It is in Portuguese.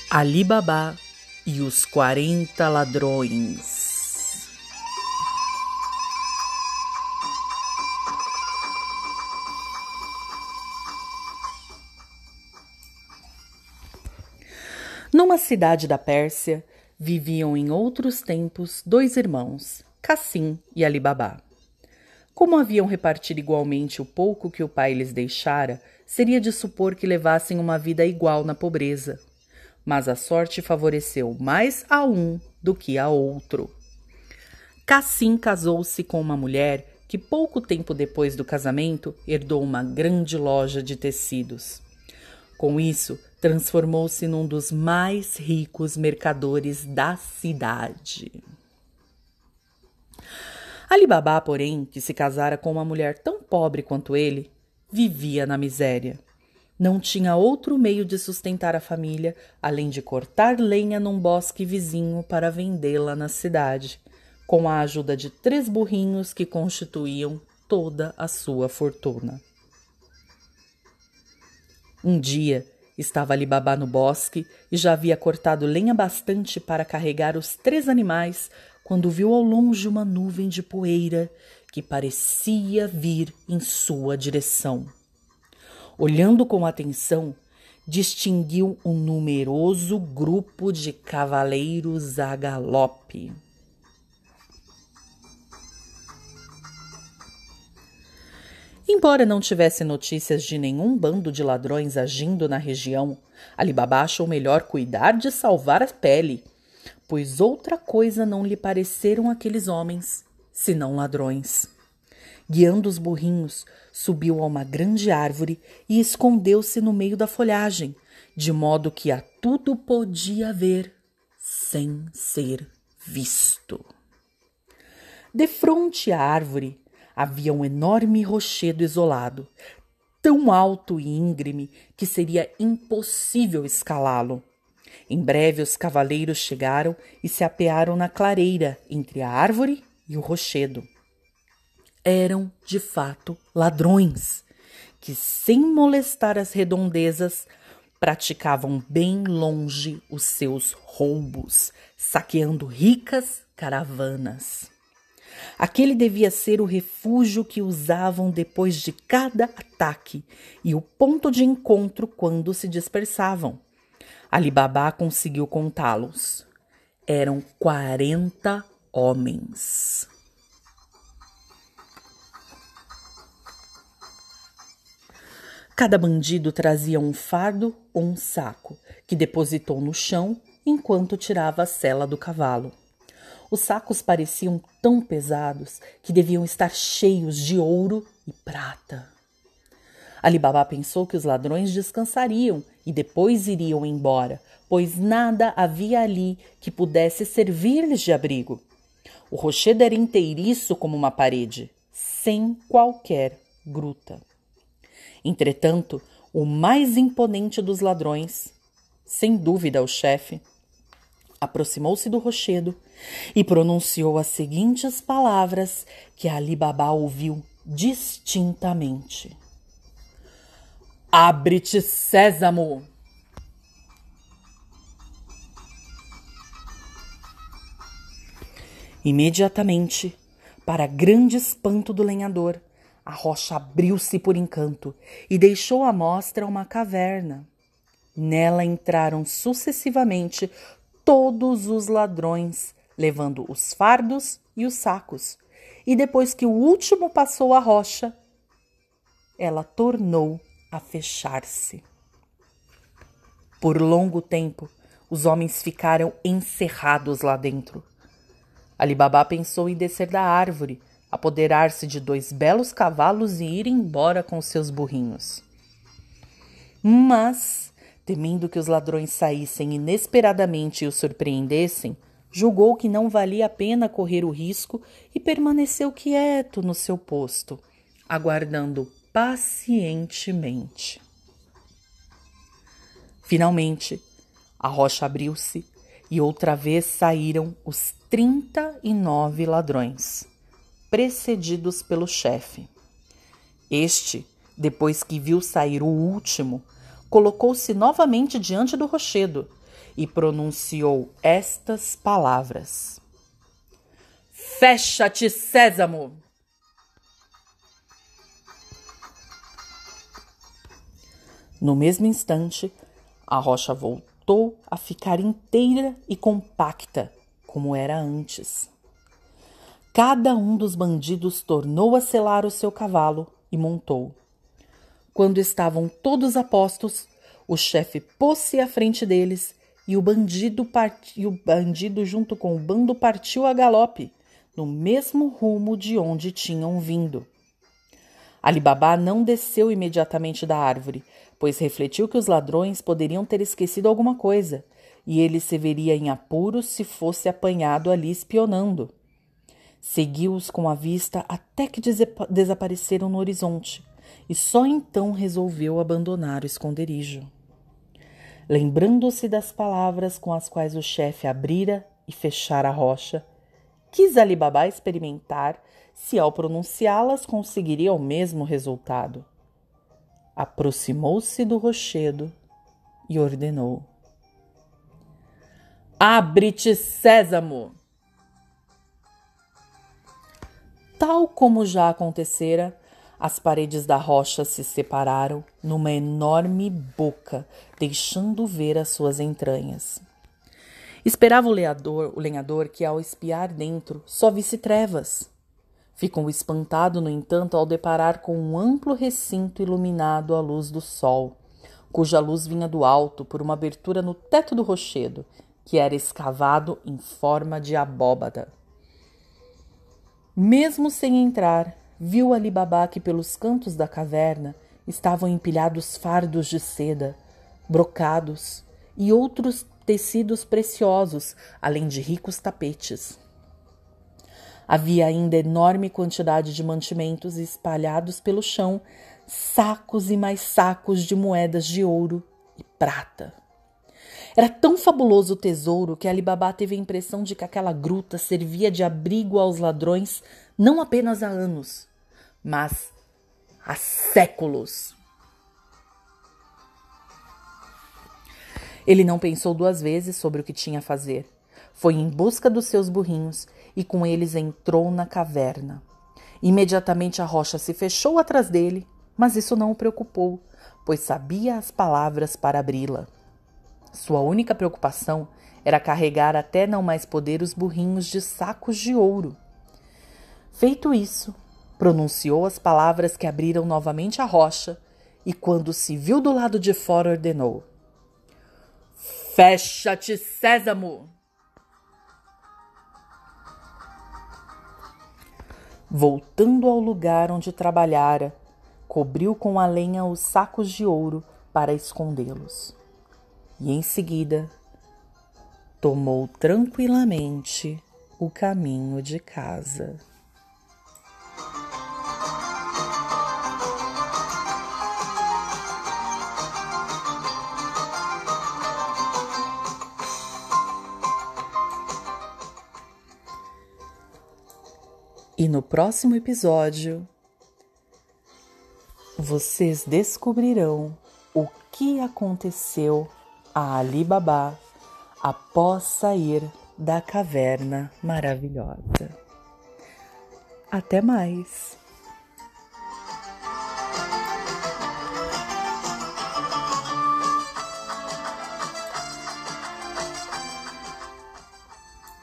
Ali Babá e os 40 ladrões. Numa cidade da Pérsia, viviam em outros tempos 2 irmãos, Cassim e Ali Babá. Como haviam repartido igualmente o pouco que o pai lhes deixara, seria de supor que levassem uma vida igual na pobreza. Mas a sorte favoreceu mais a um do que a outro. Cassim casou-se com uma mulher que pouco tempo depois do casamento herdou uma grande loja de tecidos. Com isso, transformou-se num dos mais ricos mercadores da cidade. Ali Babá, porém, que se casara com uma mulher tão pobre quanto ele, vivia na miséria. Não tinha outro meio de sustentar a família, além de cortar lenha num bosque vizinho para vendê-la na cidade, com a ajuda de 3 burrinhos que constituíam toda a sua fortuna. Um dia, estava Ali Babá no bosque e já havia cortado lenha bastante para carregar os 3 animais, quando viu ao longe uma nuvem de poeira que parecia vir em sua direção. Olhando com atenção, distinguiu um numeroso grupo de cavaleiros a galope. Embora não tivesse notícias de nenhum bando de ladrões agindo na região, Ali Babá achou melhor cuidar de salvar a pele, pois outra coisa não lhe pareceram aqueles homens, senão ladrões. Guiando os burrinhos, subiu a uma grande árvore e escondeu-se no meio da folhagem, de modo que a tudo podia ver, sem ser visto. Defronte à árvore, havia um enorme rochedo isolado, tão alto e íngreme que seria impossível escalá-lo. Em breve os cavaleiros chegaram e se apearam na clareira entre a árvore e o rochedo. Eram, de fato, ladrões, que, sem molestar as redondezas, praticavam bem longe os seus roubos, saqueando ricas caravanas. Aquele devia ser o refúgio que usavam depois de cada ataque e o ponto de encontro quando se dispersavam. Ali Babá conseguiu contá-los. Eram 40 homens. Cada bandido trazia um fardo ou um saco, que depositou no chão enquanto tirava a sela do cavalo. Os sacos pareciam tão pesados que deviam estar cheios de ouro e prata. Ali Babá pensou que os ladrões descansariam e depois iriam embora, pois nada havia ali que pudesse servir-lhes de abrigo. O rochedo era inteiriço como uma parede, sem qualquer gruta. Entretanto, o mais imponente dos ladrões, sem dúvida o chefe, aproximou-se do rochedo e pronunciou as seguintes palavras que Ali Babá ouviu distintamente: "Abre-te, sésamo!" Imediatamente, para grande espanto do lenhador, a rocha abriu-se por encanto e deixou à mostra uma caverna. Nela entraram sucessivamente todos os ladrões, levando os fardos e os sacos. E depois que o último passou a rocha, ela tornou a fechar-se. Por longo tempo, os homens ficaram encerrados lá dentro. Ali Babá pensou em descer da árvore, apoderar-se de 2 belos cavalos e ir embora com seus burrinhos. Mas, temendo que os ladrões saíssem inesperadamente e o surpreendessem, julgou que não valia a pena correr o risco e permaneceu quieto no seu posto, aguardando pacientemente. Finalmente, a rocha abriu-se e outra vez saíram os 39 ladrões, precedidos pelo chefe. Este, depois que viu sair o último, colocou-se novamente diante do rochedo e pronunciou estas palavras: Fecha-te, Sésamo! No mesmo instante, a rocha voltou a ficar inteira e compacta, como era antes. Cada um dos bandidos tornou a selar o seu cavalo e montou. Quando estavam todos a postos, o chefe pôs-se à frente deles e o bandido junto com o bando partiu a galope, no mesmo rumo de onde tinham vindo. Ali Babá não desceu imediatamente da árvore, pois refletiu que os ladrões poderiam ter esquecido alguma coisa, e ele se veria em apuros se fosse apanhado ali espionando. Seguiu-os com a vista até que desapareceram no horizonte, e só então resolveu abandonar o esconderijo. Lembrando-se das palavras com as quais o chefe abrira e fechara a rocha, quis Ali Babá experimentar se ao pronunciá-las conseguiria o mesmo resultado. Aproximou-se do rochedo e ordenou: Abre-te, Sésamo! Tal como já acontecera, as paredes da rocha se separaram numa enorme boca, deixando ver as suas entranhas. Esperava o lenhador que, ao espiar dentro, só visse trevas. Ficou espantado, no entanto, ao deparar com um amplo recinto iluminado à luz do sol, cuja luz vinha do alto por uma abertura no teto do rochedo, que era escavado em forma de abóbada. Mesmo sem entrar, viu Ali Babá que pelos cantos da caverna estavam empilhados fardos de seda, brocados e outros tecidos preciosos, além de ricos tapetes. Havia ainda enorme quantidade de mantimentos espalhados pelo chão, sacos e mais sacos de moedas de ouro e prata. Era tão fabuloso o tesouro que Ali Babá teve a impressão de que aquela gruta servia de abrigo aos ladrões não apenas há anos, mas há séculos. Ele não pensou duas vezes sobre o que tinha a fazer. Foi em busca dos seus burrinhos e com eles entrou na caverna. Imediatamente a rocha se fechou atrás dele, mas isso não o preocupou, pois sabia as palavras para abri-la. Sua única preocupação era carregar até não mais poder os burrinhos de sacos de ouro. Feito isso, pronunciou as palavras que abriram novamente a rocha e, quando se viu do lado de fora, ordenou: Fecha-te, Sésamo! Voltando ao lugar onde trabalhara, cobriu com a lenha os sacos de ouro para escondê-los. E em seguida, tomou tranquilamente o caminho de casa. E no próximo episódio, vocês descobrirão o que aconteceu a Ali Babá após sair da caverna maravilhosa. Até mais!